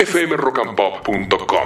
fmrockandpop.com.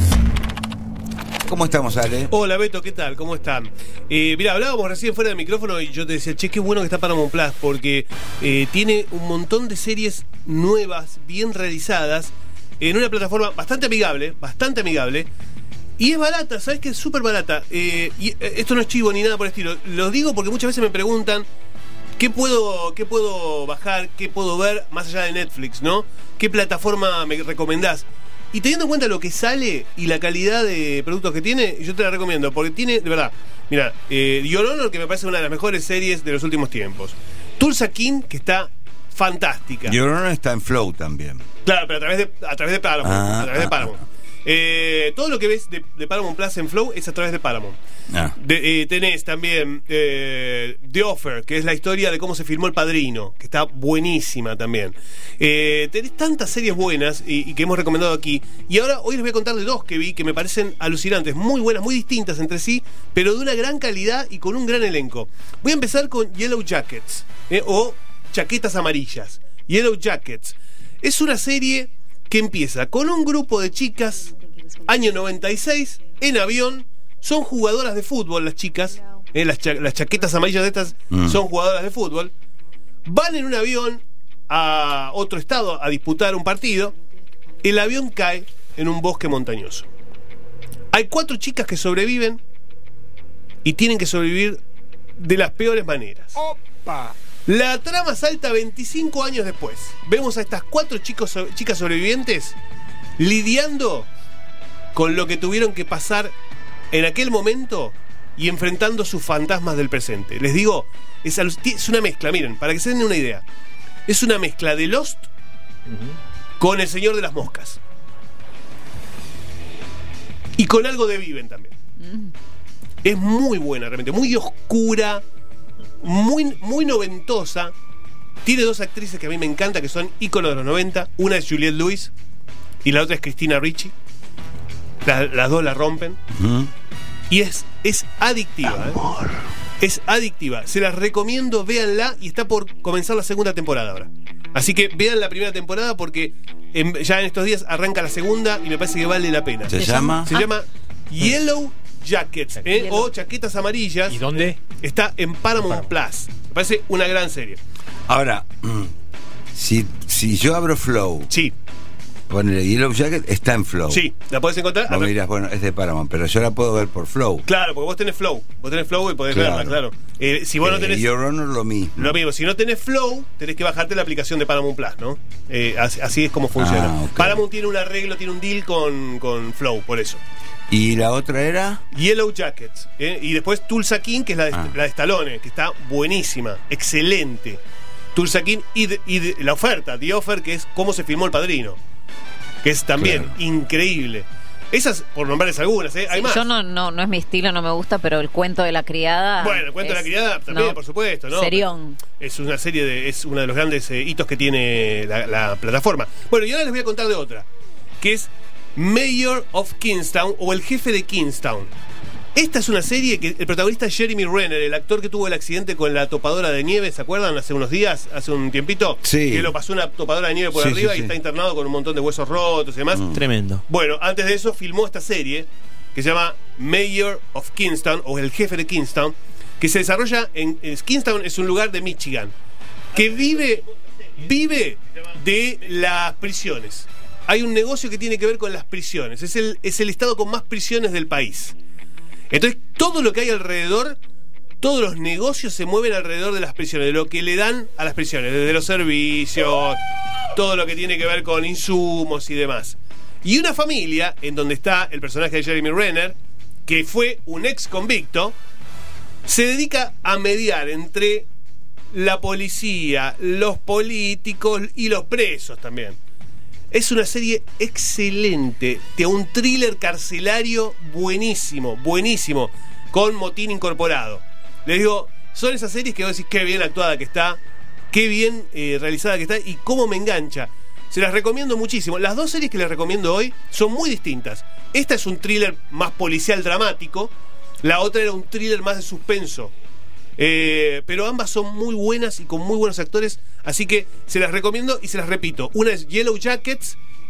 ¿Cómo estamos, Ale? Hola, Beto, ¿qué tal? ¿Cómo están? Mira, hablábamos recién fuera del micrófono y yo te decía, che, qué bueno que está Paramount Plus, porque tiene un montón de series nuevas, bien realizadas, en una plataforma bastante amigable, y es barata, ¿sabes qué? Es súper barata. Y esto no es chivo ni nada por el estilo. Lo digo porque muchas veces me preguntan, ¿qué puedo bajar? ¿Qué puedo ver más allá de Netflix, no? ¿Qué plataforma me recomendás? Y teniendo en cuenta lo que sale y la calidad de productos que tiene, yo te la recomiendo, porque tiene, de verdad, mira, Your Honor, que me parece una de las mejores series de los últimos tiempos. Tulsa King, que está fantástica. Your Honor está en Flow también. Claro, pero a través de Paramount. Todo lo que ves de Paramount Plus en Flow es a través de Paramount. Tenés también The Offer, que es la historia de cómo se filmó El Padrino, que está buenísima también. Tenés tantas series buenas y que hemos recomendado aquí. Y ahora hoy les voy a contar de dos que vi que me parecen alucinantes, muy buenas, muy distintas entre sí, pero de una gran calidad y con un gran elenco. Voy a empezar con Yellow Jackets, o Chaquetas Amarillas. Yellow Jackets es una serie que empieza con un grupo de chicas, año 96, en avión. Son jugadoras de fútbol las chicas, las chaquetas amarillas de estas son jugadoras de fútbol. Van en un avión a otro estado a disputar un partido. El avión cae en un bosque montañoso. Hay 4 chicas que sobreviven y tienen que sobrevivir de las peores maneras. ¡Opa! La trama salta 25 años después. Vemos a estas 4 chicas sobrevivientes lidiando con lo que tuvieron que pasar en aquel momento y enfrentando sus fantasmas del presente. Les digo, es una mezcla, miren, para que se den una idea. Es una mezcla de Lost con El Señor de las Moscas. Y con algo de Viven también. Es muy buena, realmente, muy oscura, muy noventosa. Tiene 2 actrices que a mí me encantan, que son íconos de los 90. Una es Juliette Lewis y la otra es Christina Ricci. Las dos la rompen. Y es adictiva. Es adictiva. Se las recomiendo, véanla. Y está por comenzar la segunda temporada ahora. Así que vean la primera temporada porque ya en estos días arranca la segunda y me parece que vale la pena. ¿Se llama? Se llama Yellow Jackets, o Chaquetas Amarillas. ¿Y dónde? Está en Paramount Plus. Me parece una gran serie. Ahora, si yo abro Flow, Sí, bueno, el Yellow Jacket está en Flow. sí, la podés encontrar. Vos me dirás, bueno, es de Paramount, pero yo la puedo ver por Flow. Claro, porque vos tenés Flow y podés Claro. verla, claro. Si vos no tenés Your Honor lo mismo. lo mismo, si no tenés Flow, tenés que bajarte la aplicación de Paramount Plus, ¿no? Así es como funciona. Okay. Paramount tiene un arreglo, tiene un deal con Flow, por eso. ¿Y la otra era? Yellow Jackets, y después Tulsa King, que es la de Stallone, que está buenísima, excelente. Tulsa King y la oferta, The Offer, que es cómo se filmó El Padrino, que es también increíble. Esas, por nombrarles algunas, hay Sí, más. yo no es mi estilo, no me gusta, pero El Cuento de la Criada. Bueno, El Cuento de la Criada también, por supuesto, ¿no? Serión. Es una serie es uno de los grandes hitos que tiene la plataforma. Bueno, y ahora les voy a contar de otra, que es Mayor of Kingstown, o El Jefe de Kingstown. Esta es una serie que el protagonista es Jeremy Renner, el actor que tuvo el accidente con la topadora de nieve, ¿se acuerdan? Hace unos días, hace un tiempito, Sí. que lo pasó una topadora de nieve por arriba y está internado con un montón de huesos rotos y demás. Tremendo. Bueno, antes de eso filmó esta serie que se llama Mayor of Kingstown, o El Jefe de Kingstown, que se desarrolla en Kingstown, es un lugar de Michigan, que vive de las prisiones. Hay un negocio que tiene que ver con las prisiones. Es el estado con más prisiones del país. Entonces, todo lo que hay alrededor, todos los negocios se mueven alrededor de las prisiones, de lo que le dan a las prisiones, desde los servicios, todo lo que tiene que ver con insumos y demás. Y una familia, en donde está el personaje de Jeremy Renner, que fue un ex convicto, se dedica a mediar entre la policía, los políticos y los presos también. Es una serie excelente, de un thriller carcelario buenísimo, con motín incorporado. Les digo, son esas series que vos decís qué bien actuada que está, qué bien realizada que está y cómo me engancha. Se las recomiendo muchísimo. Las 2 series que les recomiendo hoy son muy distintas. Esta es un thriller más policial dramático, la otra era un thriller más de suspenso. Pero ambas son muy buenas y con muy buenos actores, así que se las recomiendo y se las repito. Una es Yellow Jackets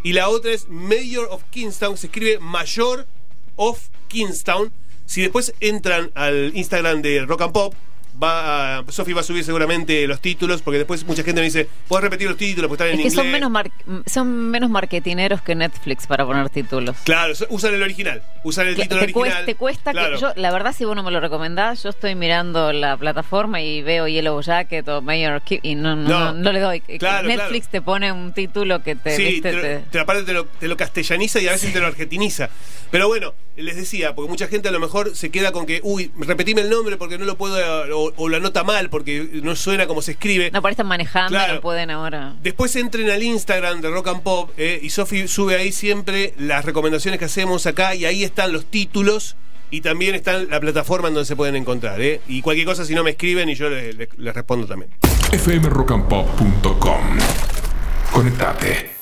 Y la otra es Mayor of Kingstown, se escribe Mayor of Kingstown. Si después entran al Instagram de Rock and Pop, Sofi va a subir seguramente los títulos, porque después mucha gente me dice, ¿puedes repetir los títulos? Porque están en inglés. Son menos marketineros que Netflix para poner títulos. Claro, usan el original, usan el título original. Te cuesta claro. Que yo, la verdad, si vos no me lo recomendás, yo estoy mirando la plataforma y veo Yellow Jacket o Mayor y no le doy. Claro, Netflix te pone un título que te... Sí, aparte te lo castellaniza y a veces te lo argentiniza. Pero bueno, les decía, porque mucha gente a lo mejor se queda con que, repetime el nombre porque no lo puedo, o lo anota mal porque no suena como se escribe. No, por ahí están manejando, claro. No pueden ahora. Después entren al Instagram de Rock and Pop y Sofi sube ahí siempre las recomendaciones que hacemos acá y ahí están los títulos y también está la plataforma en donde se pueden encontrar. Y cualquier cosa, si no me escriben y yo les respondo también. fmrockandpop.com. Conectate.